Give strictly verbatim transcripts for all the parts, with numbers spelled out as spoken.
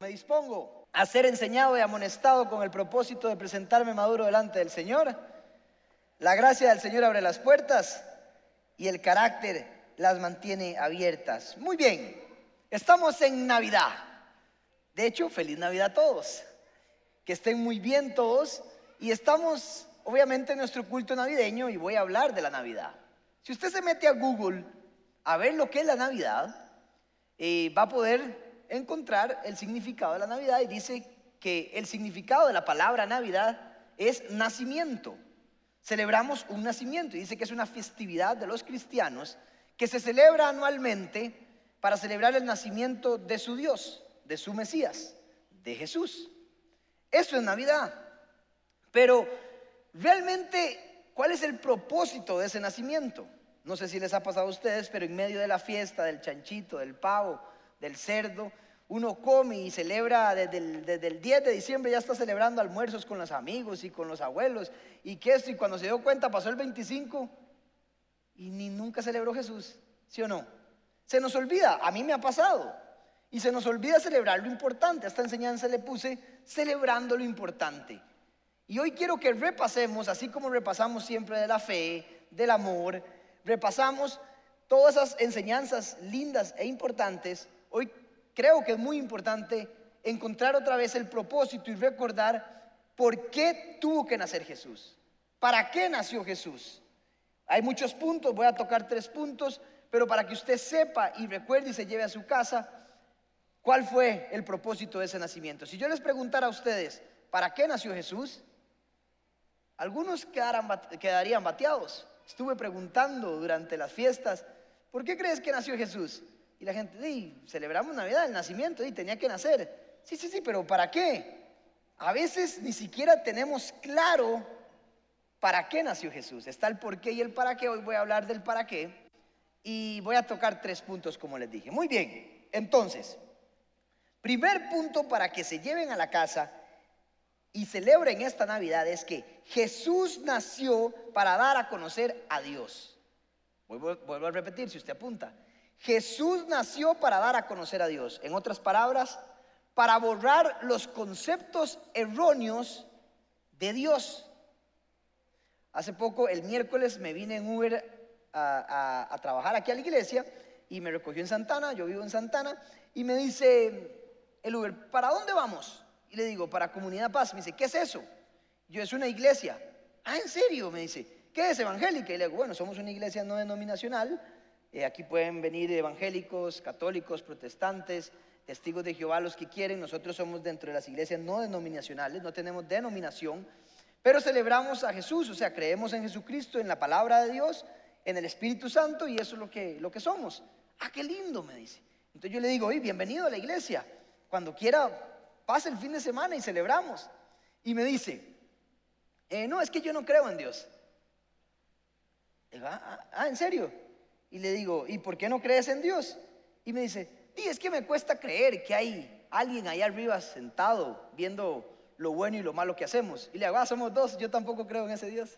Me dispongo a ser enseñado y amonestado con el propósito de presentarme maduro delante del Señor. La gracia del Señor abre las puertas y el carácter las mantiene abiertas. Muy bien, estamos en Navidad. De hecho, feliz Navidad a todos. Que estén muy bien todos. Y estamos obviamente en nuestro culto navideño y voy a hablar de la Navidad. Si usted se mete a Google a ver lo que es la Navidad, eh, va a poder encontrar el significado de la Navidad, y dice que el significado de la palabra Navidad es nacimiento. Celebramos un nacimiento, y dice que es una festividad de los cristianos que se celebra anualmente para celebrar el nacimiento de su Dios, de su Mesías, de Jesús. Eso es Navidad. Pero realmente, ¿cuál es el propósito de ese nacimiento? No sé si les ha pasado a ustedes, pero en medio de la fiesta del chanchito, del pavo, del cerdo, uno come y celebra desde el, desde el diez de diciembre, ya está celebrando almuerzos con los amigos y con los abuelos y que esto, y cuando se dio cuenta pasó el veinticinco y ni nunca celebró Jesús, ¿sí o no? Se nos olvida, a mí me ha pasado, y se nos olvida celebrar lo importante. A esta enseñanza le puse celebrando lo importante. Y hoy quiero que repasemos, así como repasamos siempre de la fe, del amor, repasamos todas esas enseñanzas lindas e importantes. Hoy creo que es muy importante encontrar otra vez el propósito y recordar por qué tuvo que nacer Jesús. ¿Para qué nació Jesús? Hay muchos puntos, voy a tocar tres puntos, pero para que usted sepa y recuerde y se lleve a su casa cuál fue el propósito de ese nacimiento. Si yo les preguntara a ustedes, ¿para qué nació Jesús? Algunos quedaran, quedarían bateados. Estuve preguntando durante las fiestas, ¿por qué crees que nació Jesús? Y la gente, sí, celebramos Navidad, el nacimiento, y tenía que nacer. Sí, sí, sí, pero ¿para qué? A veces ni siquiera tenemos claro para qué nació Jesús. Está el por qué y el para qué. Hoy voy a hablar del para qué y voy a tocar tres puntos, como les dije. Muy bien, entonces, primer punto para que se lleven a la casa y celebren esta Navidad es que Jesús nació para dar a conocer a Dios. Vuelvo, vuelvo a repetir, si usted apunta. Jesús nació para dar a conocer a Dios. En otras palabras, para borrar los conceptos erróneos de Dios. Hace poco, el miércoles, me vine en Uber a, a, a trabajar aquí a la iglesia y me recogió en Santana. Yo vivo en Santana y me dice el Uber, ¿para dónde vamos? Y le digo, para Comunidad Paz. Me dice, ¿qué es eso? Yo, es una iglesia. Ah, ¿en serio? Me dice, ¿qué es evangélica? Y le digo, bueno, somos una iglesia no denominacional. Eh, aquí pueden venir evangélicos, católicos, protestantes, testigos de Jehová, los que quieren. Nosotros somos dentro de las iglesias no denominacionales, no tenemos denominación, pero celebramos a Jesús, o sea, creemos en Jesucristo, en la palabra de Dios, en el Espíritu Santo, y eso es lo que, lo que somos. Ah, qué lindo, me dice. Entonces yo le digo, oye, bienvenido a la iglesia. Cuando quiera, pase el fin de semana y celebramos. Y me dice, eh, no, es que yo no creo en Dios. Digo, ah, ah, ¿en serio? Y le digo, ¿y por qué no crees en Dios? Y me dice, sí, es que me cuesta creer que hay alguien allá arriba sentado viendo lo bueno y lo malo que hacemos. Y le digo, ah, somos dos, yo tampoco creo en ese Dios.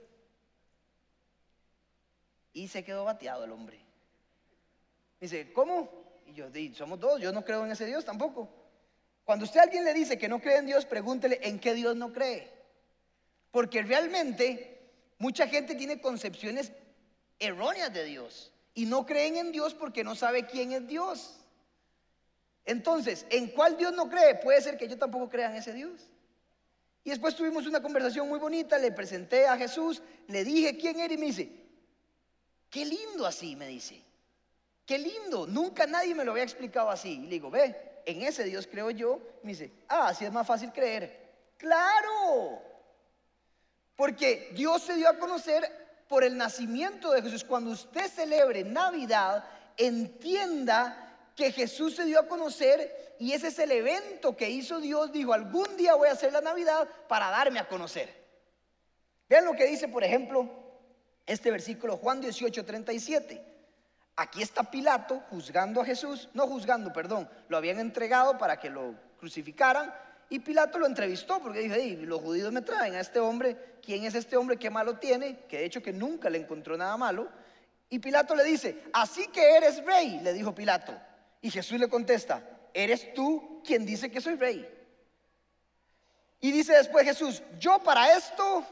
Y se quedó bateado el hombre. Me dice, ¿cómo? Y yo, sí, somos dos, yo no creo en ese Dios tampoco. Cuando usted a alguien le dice que no cree en Dios, pregúntele en qué Dios no cree. Porque realmente mucha gente tiene concepciones erróneas de Dios y no creen en Dios porque no sabe quién es Dios. Entonces, ¿en cuál Dios no cree? Puede ser que yo tampoco crea en ese Dios. Y después tuvimos una conversación muy bonita, le presenté a Jesús, le dije quién era y me dice, qué lindo así, me dice. Qué lindo, nunca nadie me lo había explicado así. Y le digo, ve, en ese Dios creo yo. Me dice, ah, así es más fácil creer. ¡Claro! Porque Dios se dio a conocer por el nacimiento de Jesús. Cuando usted celebre Navidad, entienda que Jesús se dio a conocer y ese es el evento que hizo Dios. Dijo, algún día voy a hacer la Navidad para darme a conocer. Vean lo que dice, por ejemplo, este versículo, Juan dieciocho, treinta y siete. Aquí está Pilato juzgando a Jesús, no juzgando, perdón, lo habían entregado para que lo crucificaran. Y Pilato lo entrevistó porque dijo, hey, los judíos me traen a este hombre, ¿quién es este hombre? ¿Qué malo tiene? Que de hecho que nunca le encontró nada malo. Y Pilato le dice, así que eres rey, le dijo Pilato. Y Jesús le contesta, eres tú quien dice que soy rey. Y dice después Jesús, yo para esto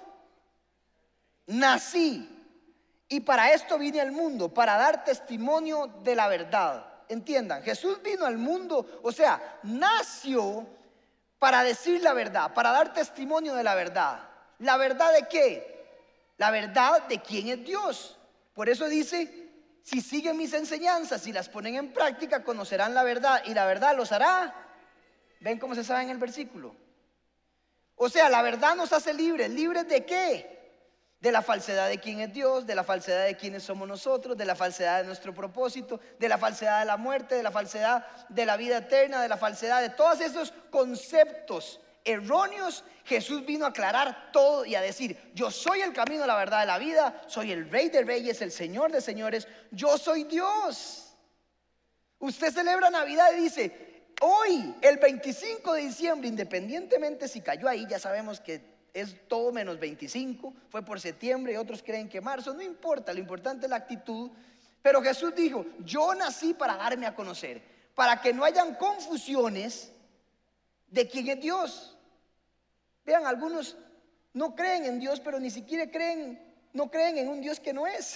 nací y para esto vine al mundo, para dar testimonio de la verdad. Entiendan, Jesús vino al mundo, o sea, nació para decir la verdad, para dar testimonio de la verdad. ¿La verdad de qué? La verdad de quién es Dios. Por eso dice, si siguen mis enseñanzas y las ponen en práctica, conocerán la verdad y la verdad los hará. ¿Ven cómo se sabe en el versículo? O sea, la verdad nos hace libres. ¿Libres de qué? De la falsedad de quién es Dios, de la falsedad de quiénes somos nosotros, de la falsedad de nuestro propósito, de la falsedad de la muerte, de la falsedad de la vida eterna, de la falsedad de todos esos conceptos erróneos. Jesús vino a aclarar todo y a decir, yo soy el camino, la verdad de la vida, soy el Rey de Reyes, el Señor de Señores, yo soy Dios. Usted celebra Navidad y dice, hoy, el veinticinco de diciembre, independientemente si cayó ahí, ya sabemos que es todo menos veinticinco, fue por septiembre y otros creen que marzo, no importa, lo importante es la actitud. Pero Jesús dijo, yo nací para darme a conocer, para que no hayan confusiones de quién es Dios. Vean, algunos no creen en Dios, pero ni siquiera creen, no creen en un Dios que no es.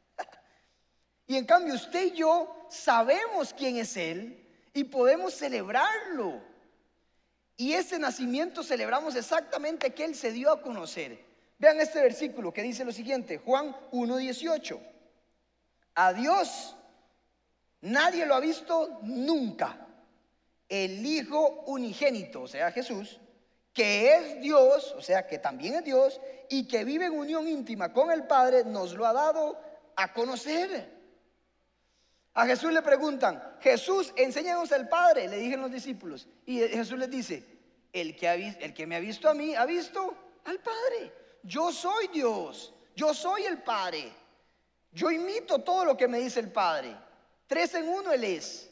Y en cambio usted y yo sabemos quién es Él y podemos celebrarlo. Y ese nacimiento celebramos exactamente que Él se dio a conocer. Vean este versículo que dice lo siguiente, Juan uno dieciocho. A Dios nadie lo ha visto nunca. El Hijo unigénito, o sea Jesús, que es Dios, o sea que también es Dios, y que vive en unión íntima con el Padre, nos lo ha dado a conocer. A Jesús le preguntan, Jesús, enséñanos al Padre, le dijeron los discípulos. Y Jesús les dice, el que, ha, el que me ha visto a mí, ha visto al Padre. Yo soy Dios, yo soy el Padre. Yo imito todo lo que me dice el Padre. Tres en uno Él es.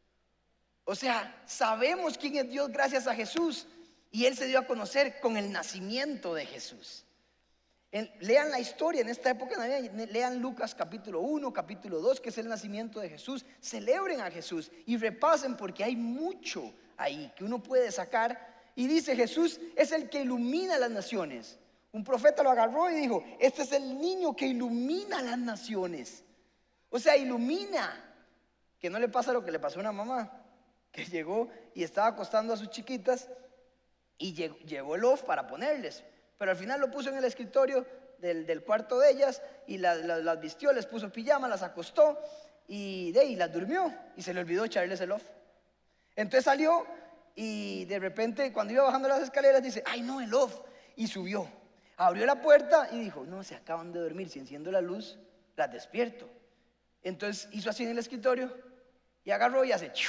O sea, sabemos quién es Dios gracias a Jesús. Y Él se dio a conocer con el nacimiento de Jesús. En, lean la historia en esta época, lean Lucas capítulo uno, capítulo dos, que es el nacimiento de Jesús. Celebren a Jesús y repasen porque hay mucho ahí que uno puede sacar. Y dice, Jesús es el que ilumina las naciones. Un profeta lo agarró y dijo, este es el niño que ilumina las naciones. O sea, ilumina. Que no le pasa lo que le pasó a una mamá, que llegó y estaba acostando a sus chiquitas y llegó, llevó el loft para ponerles. Pero al final lo puso en el escritorio del, del cuarto de ellas y las, las, las vistió, les puso pijama, las acostó y de ahí las durmió y se le olvidó echarles el off. Entonces salió y de repente cuando iba bajando las escaleras dice, ay no, el off, y subió, abrió la puerta y dijo, no, se acaban de dormir, si enciendo la luz las despierto. Entonces hizo así en el escritorio y agarró y hace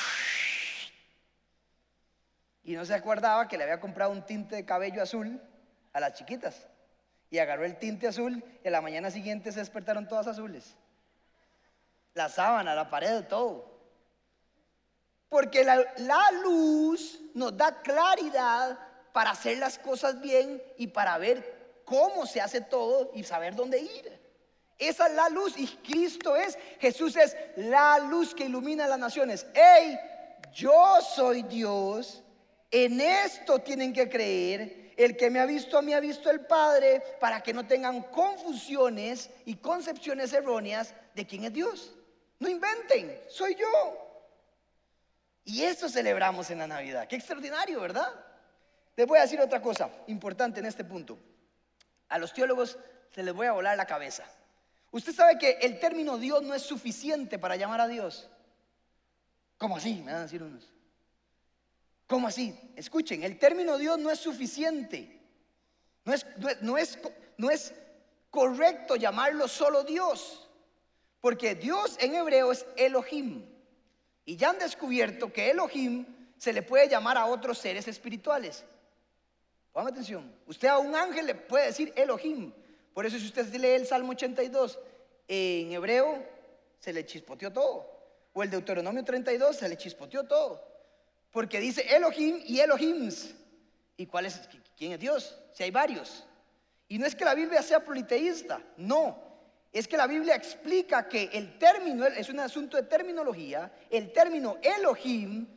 y no se acordaba que le había comprado un tinte de cabello azul a las chiquitas y agarró el tinte azul y a la mañana siguiente se despertaron todas azules, la sábana, la pared, todo, porque la, la luz nos da claridad para hacer las cosas bien y para ver cómo se hace todo y saber dónde ir. Esa es la luz y Cristo es, Jesús es la luz que ilumina las naciones. Hey, yo soy Dios, en esto tienen que creer. El que me ha visto a mí ha visto el Padre, para que no tengan confusiones y concepciones erróneas de quién es Dios. No inventen, soy yo. Y eso celebramos en la Navidad. Qué extraordinario, ¿verdad? Les voy a decir otra cosa importante en este punto. A los teólogos se les voy a volar la cabeza. Usted sabe que el término Dios no es suficiente para llamar a Dios. ¿Cómo así? Me van a decir unos. ¿Cómo así? Escuchen, el término Dios no es suficiente. No es, no es, no es, no es correcto llamarlo solo Dios. Porque Dios en hebreo es Elohim. Y ya han descubierto que Elohim se le puede llamar a otros seres espirituales. Pongan atención. Usted a un ángel le puede decir Elohim. Por eso si usted lee el Salmo ochenta y dos en hebreo se le chispoteó todo. O el Deuteronomio treinta y dos se le chispoteó todo. Porque dice Elohim y Elohims. ¿Y cuál es? ¿Quién es Dios? Si hay varios. Y no es que la Biblia sea politeísta, no. Es que la Biblia explica que el término, es un asunto de terminología. El término Elohim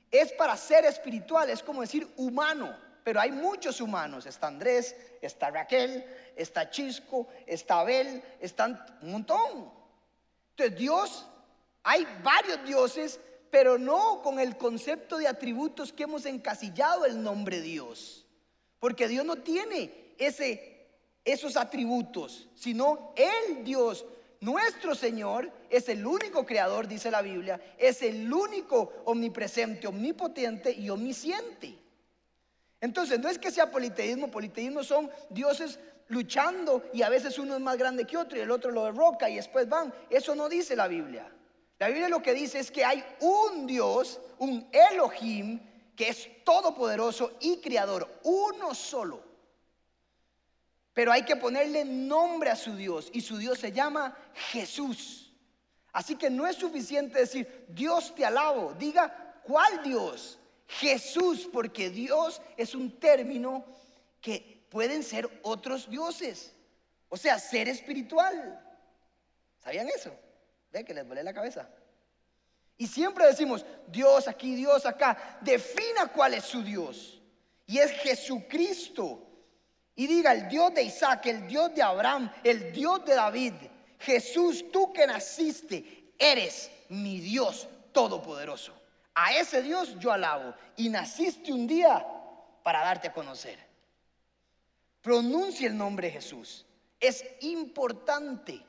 es para ser espiritual, es como decir humano, pero hay muchos humanos. Está Andrés, está Raquel, está Chisco, está Abel, están un montón. Entonces Dios, hay varios dioses, pero no con el concepto de atributos que hemos encasillado el nombre Dios, porque Dios no tiene ese, esos atributos, sino el Dios, nuestro Señor, es el único creador, dice la Biblia, es el único omnipresente, omnipotente y omnisciente. Entonces no es que sea politeísmo. Politeísmo son dioses luchando y a veces uno es más grande que otro y el otro lo derroca y después van. Eso no dice la Biblia. La Biblia lo que dice es que hay un Dios, un Elohim, que es todopoderoso y creador, uno solo. Pero hay que ponerle nombre a su Dios, y su Dios se llama Jesús. Así que no es suficiente decir Dios te alabo. Diga, ¿cuál Dios? Jesús, porque Dios es un término que pueden ser otros dioses, o sea, ser espiritual. ¿Sabían eso? Ve que les volé la cabeza. Y siempre decimos Dios aquí, Dios acá. Defina cuál es su Dios, y es Jesucristo. Y diga, el Dios de Isaac, el Dios de Abraham, el Dios de David. Jesús, tú que naciste, eres mi Dios todopoderoso. A ese Dios yo alabo. Y naciste un día para darte a conocer. Pronuncia el nombre de Jesús. Es importante.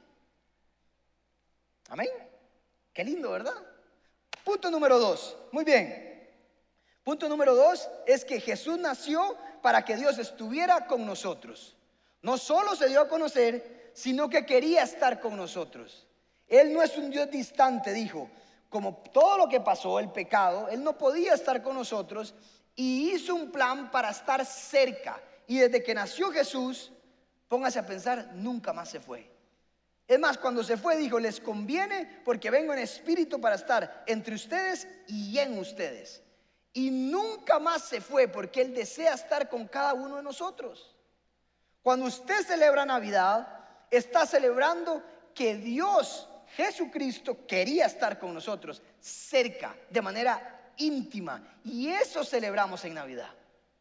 Amén. Qué lindo, ¿verdad? Punto número dos. Muy bien. Punto número dos es que Jesús nació para que Dios estuviera con nosotros. No solo se dio a conocer, sino que quería estar con nosotros. Él no es un Dios distante, dijo. Como todo lo que pasó, el pecado, Él no podía estar con nosotros, y hizo un plan para estar cerca. Y desde que nació Jesús, póngase a pensar, nunca más se fue. Es más, cuando se fue dijo, les conviene porque vengo en espíritu para estar entre ustedes y en ustedes. Y nunca más se fue porque Él desea estar con cada uno de nosotros. Cuando usted celebra Navidad, está celebrando que Dios, Jesucristo, quería estar con nosotros, cerca, de manera íntima. Y eso celebramos en Navidad.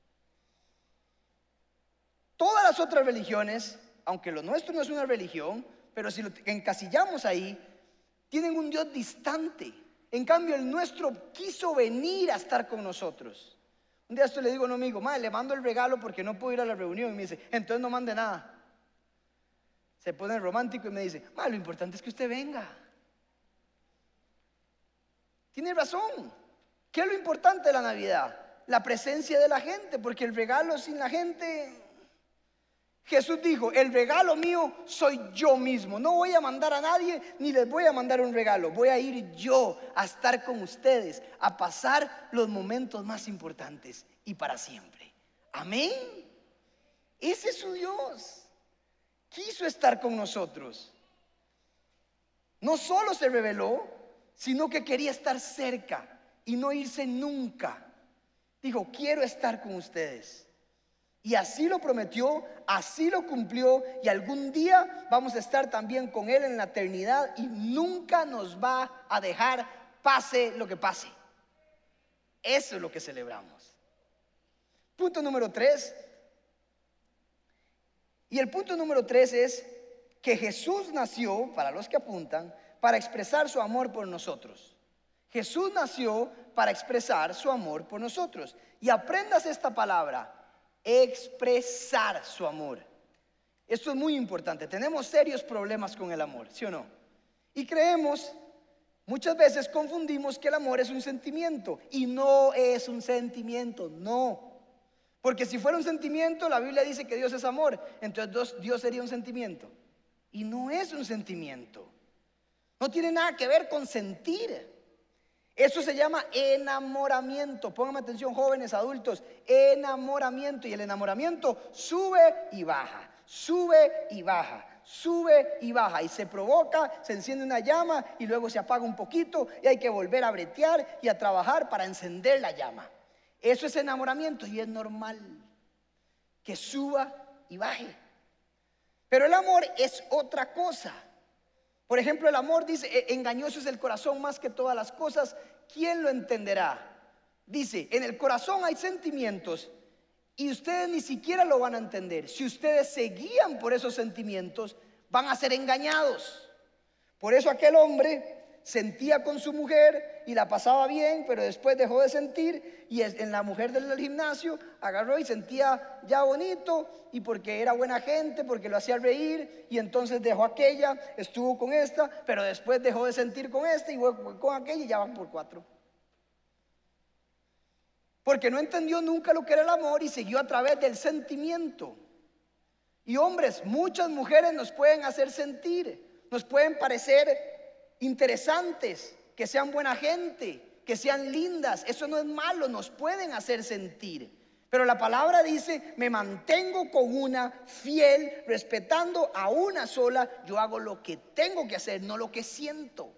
Todas las otras religiones, aunque lo nuestro no es una religión, pero si lo encasillamos ahí, tienen un Dios distante. En cambio el nuestro quiso venir a estar con nosotros. Un día esto le digo a un amigo, madre, le mando el regalo porque no puedo ir a la reunión. Y me dice, entonces no mande nada. Se pone romántico y me dice, madre, lo importante es que usted venga. Tiene razón. ¿Qué es lo importante de la Navidad? La presencia de la gente, porque el regalo sin la gente... Jesús dijo, el regalo mío soy yo mismo. No voy a mandar a nadie, ni les voy a mandar un regalo. Voy a ir yo a estar con ustedes, a pasar los momentos más importantes y para siempre. Amén. Ese es su Dios. Quiso estar con nosotros. No solo se reveló, sino que quería estar cerca y no irse nunca. Dijo, quiero estar con ustedes. Y así lo prometió, así lo cumplió, y algún día vamos a estar también con Él en la eternidad, y nunca nos va a dejar, pase lo que pase. Eso es lo que celebramos. Punto número tres. Y el punto número tres es que Jesús nació, para los que apuntan, para expresar su amor por nosotros. Jesús nació para expresar su amor por nosotros. Y aprendas esta palabra: expresar su amor. Esto es muy importante. Tenemos serios problemas con el amor, ¿sí o no? Y creemos, muchas veces confundimos que el amor es un sentimiento, y no es un sentimiento, no. Porque si fuera un sentimiento, la Biblia dice que Dios es amor, entonces Dios sería un sentimiento. Y no es un sentimiento. No tiene nada que ver con sentir. Eso se llama enamoramiento. Pónganme atención, jóvenes, adultos. Enamoramiento. Y el enamoramiento sube y baja, sube y baja, sube y baja. Y se provoca, se enciende una llama y luego se apaga un poquito, y hay que volver a bretear y a trabajar para encender la llama. Eso es enamoramiento, y es normal que suba y baje. Pero el amor es otra cosa. Por ejemplo, el amor dice, engañoso es el corazón más que todas las cosas, ¿quién lo entenderá? Dice, en el corazón hay sentimientos y ustedes ni siquiera lo van a entender. Si ustedes se guían por esos sentimientos, van a ser engañados. Por eso aquel hombre sentía con su mujer y la pasaba bien, pero después dejó de sentir, y en la mujer del gimnasio agarró y sentía ya bonito, y porque era buena gente, porque lo hacía reír, y entonces dejó aquella, estuvo con esta, pero después dejó de sentir con esta y fue con aquella, y ya van por cuatro. Porque no entendió nunca lo que era el amor y siguió a través del sentimiento. Y hombres, muchas mujeres nos pueden hacer sentir, nos pueden parecer interesantes, que sean buena gente, que sean lindas. Eso no es malo, nos pueden hacer sentir. Pero la palabra dice, me mantengo con una fiel, respetando a una sola. Yo hago lo que tengo que hacer, no lo que siento.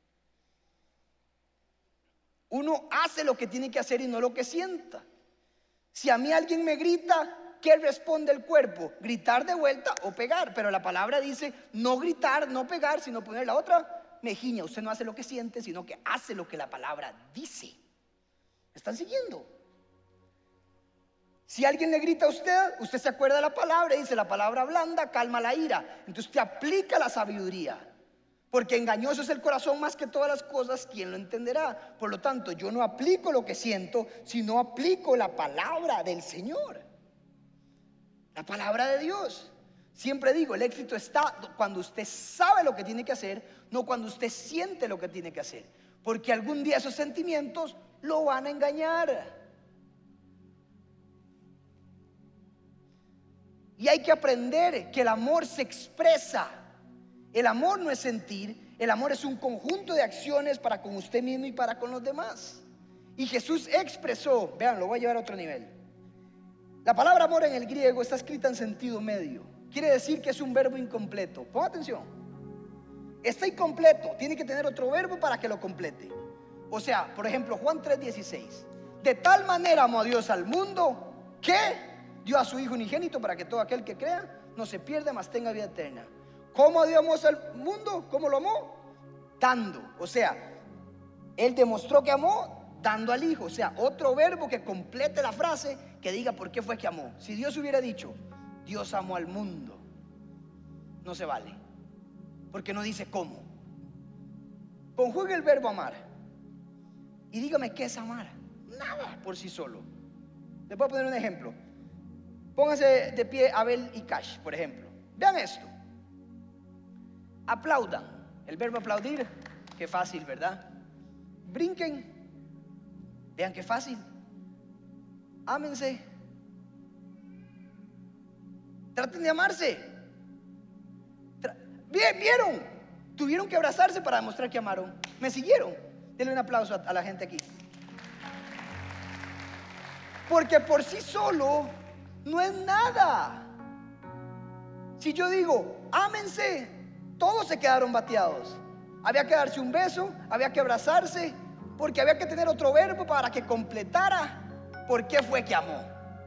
Uno hace lo que tiene que hacer y no lo que sienta. Si a mí alguien me grita, ¿qué responde el cuerpo? Gritar de vuelta o pegar. Pero la palabra dice, no gritar, no pegar, sino poner la otra mejilla. Usted no hace lo que siente, sino que hace lo que la palabra dice. ¿Me están siguiendo? Si alguien le grita a usted, usted se acuerda de la palabra y dice, la palabra blanda calma la ira. Entonces usted aplica la sabiduría. Porque engañoso es el corazón más que todas las cosas, ¿quién lo entenderá? Por lo tanto, yo no aplico lo que siento, sino aplico la palabra del Señor, la palabra de Dios. Siempre digo, el éxito está cuando usted sabe lo que tiene que hacer, no cuando usted siente lo que tiene que hacer. Porque algún día esos sentimientos lo van a engañar. Y hay que aprender que el amor se expresa. El amor no es sentir, el amor es un conjunto de acciones para con usted mismo y para con los demás. Y Jesús expresó, vean, lo voy a llevar a otro nivel. La palabra amor en el griego está escrita en sentido medio. Quiere decir que es un verbo incompleto. Ponga atención. Está incompleto, tiene que tener otro verbo para que lo complete. O sea, por ejemplo, Juan tres dieciséis. De tal manera amó a Dios al mundo que dio a su Hijo unigénito para que todo aquel que crea no se pierda, mas tenga vida eterna. ¿Cómo dio amor al mundo? ¿Cómo lo amó? Dando. O sea, Él demostró que amó dando al Hijo. O sea, otro verbo que complete la frase, que diga por qué fue que amó. Si Dios hubiera dicho, Dios amó al mundo, no se vale, porque no dice cómo. Conjugue el verbo amar y dígame qué es amar. Nada por sí solo. Les voy a poner un ejemplo. Pónganse de pie Abel y Cash, por ejemplo. Vean esto. Aplaudan. El verbo aplaudir, qué fácil, ¿verdad? Brinquen. Vean qué fácil. Ámense. Traten de amarse. Tra- ¿Vieron? Tuvieron que abrazarse para demostrar que amaron. ¿Me siguieron? Denle un aplauso a, a la gente aquí. Porque por sí solo no es nada. Si yo digo, ámense, todos se quedaron bateados. Había que darse un beso, había que abrazarse, porque había que tener otro verbo para que completara por qué fue que amó.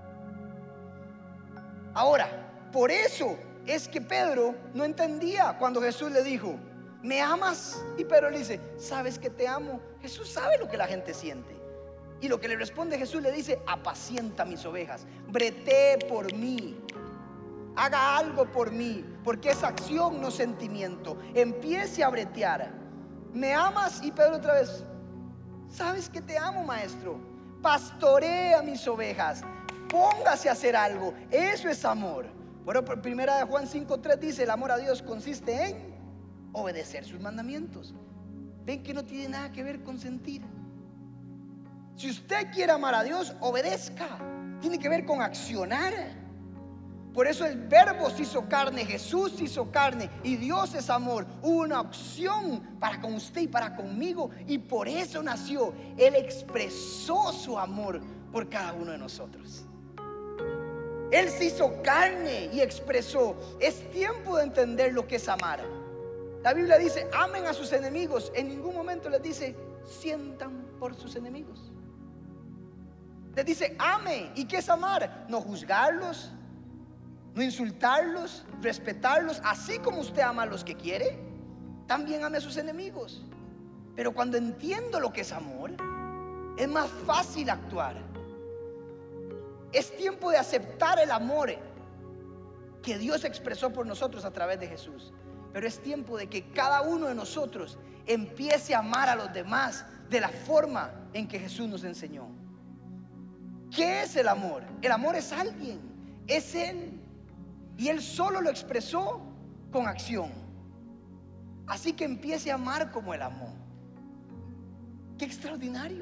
Ahora, por eso es que Pedro no entendía cuando Jesús le dijo, ¿me amas? Y Pedro le dice, ¿sabes que te amo? Jesús sabe lo que la gente siente. Y lo que le responde Jesús le dice, apacienta mis ovejas, bretee por mí, haga algo por mí, porque es acción, no sentimiento. Empiece a bretear. ¿Me amas? Y Pedro otra vez, ¿sabes que te amo, maestro? Pastorea mis ovejas, póngase a hacer algo. Eso es amor. Bueno, por primera de Juan cinco tres dice, el amor a Dios consiste en obedecer sus mandamientos. Ven que no tiene nada que ver con sentir. Si usted quiere amar a Dios, obedezca. Tiene que ver con accionar. Por eso el verbo se hizo carne, Jesús se hizo carne, y Dios es amor. Hubo una opción para con usted y para conmigo, y por eso nació. Él expresó su amor por cada uno de nosotros. Él se hizo carne y expresó. Es tiempo de entender lo que es amar. La Biblia dice, amen a sus enemigos. En ningún momento les dice, sientan por sus enemigos. Les dice, ame. ¿Y qué es amar? No juzgarlos, no insultarlos, respetarlos. Así como usted ama a los que quiere, también ame a sus enemigos. Pero cuando entiendo lo que es amor, Es más fácil actuar. Es tiempo de aceptar el amor que Dios expresó por nosotros a través de Jesús. Pero es tiempo de que cada uno de nosotros empiece a amar a los demás de la forma en que Jesús nos enseñó. ¿Qué es el amor? El amor es alguien, es Él. Y Él solo lo expresó con acción. Así que empiece a amar como Él amó. ¡Qué extraordinario!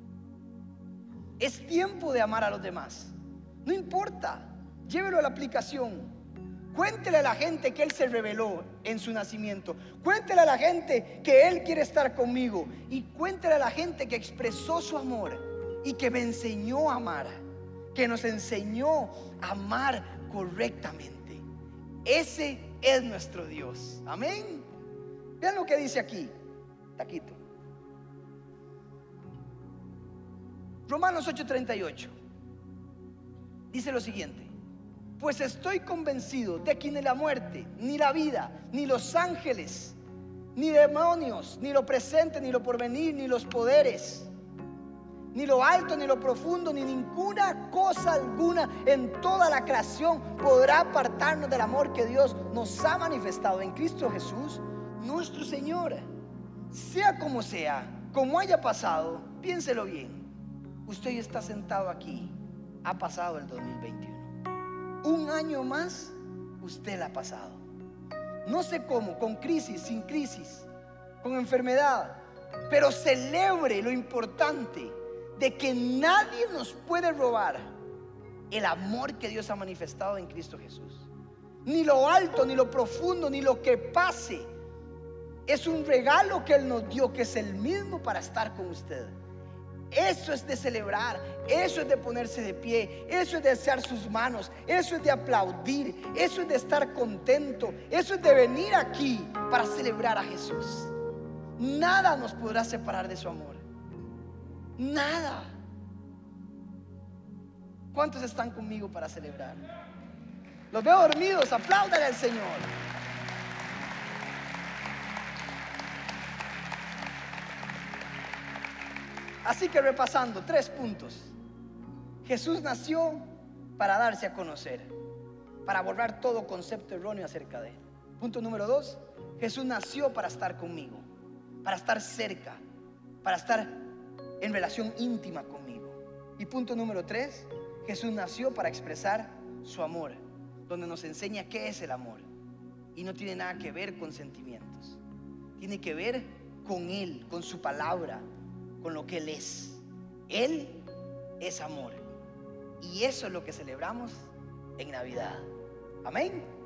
Es tiempo de amar a los demás. No importa, llévelo a la aplicación. Cuéntele a la gente que Él se reveló en su nacimiento. Cuéntele a la gente que Él quiere estar conmigo. Y cuéntele a la gente que expresó su amor y que me enseñó a amar, que nos enseñó a amar correctamente. Ese es nuestro Dios. Amén. Vean lo que dice aquí, taquito. Romanos ocho treinta y ocho dice lo siguiente: pues estoy convencido de que ni la muerte, ni la vida, ni los ángeles, ni demonios, ni lo presente, ni lo porvenir, ni los poderes, ni lo alto, ni lo profundo, ni ninguna cosa alguna en toda la creación podrá apartarnos del amor que Dios nos ha manifestado en Cristo Jesús, nuestro Señor. Sea como sea, como haya pasado, piénselo bien. Usted ya está sentado aquí. Ha pasado el dos mil veintiuno. Un año más usted la ha pasado. No sé cómo, con crisis, sin crisis, con enfermedad, pero celebre lo importante de que nadie nos puede robar el amor que Dios ha manifestado en Cristo Jesús. Ni lo alto, ni lo profundo, ni lo que pase. Es un regalo que Él nos dio, que es el mismo para estar con usted. Eso es de celebrar, eso es de ponerse de pie, eso es de alzar sus manos, eso es de aplaudir, eso es de estar contento, eso es de venir aquí para celebrar a Jesús. Nada nos podrá separar de su amor. Nada. ¿Cuántos están conmigo para celebrar? Los veo dormidos, apláudale al Señor. Así que repasando, tres puntos. Jesús nació para darse a conocer, para borrar todo concepto erróneo acerca de Él. Punto número dos: Jesús nació para estar conmigo, para estar cerca, para estar en relación íntima conmigo. Y punto número tres: Jesús nació para expresar su amor, donde nos enseña qué es el amor. Y no tiene nada que ver con sentimientos, tiene que ver con Él, con su palabra, con lo que Él es. Él es amor. Y eso es lo que celebramos en Navidad. Amén.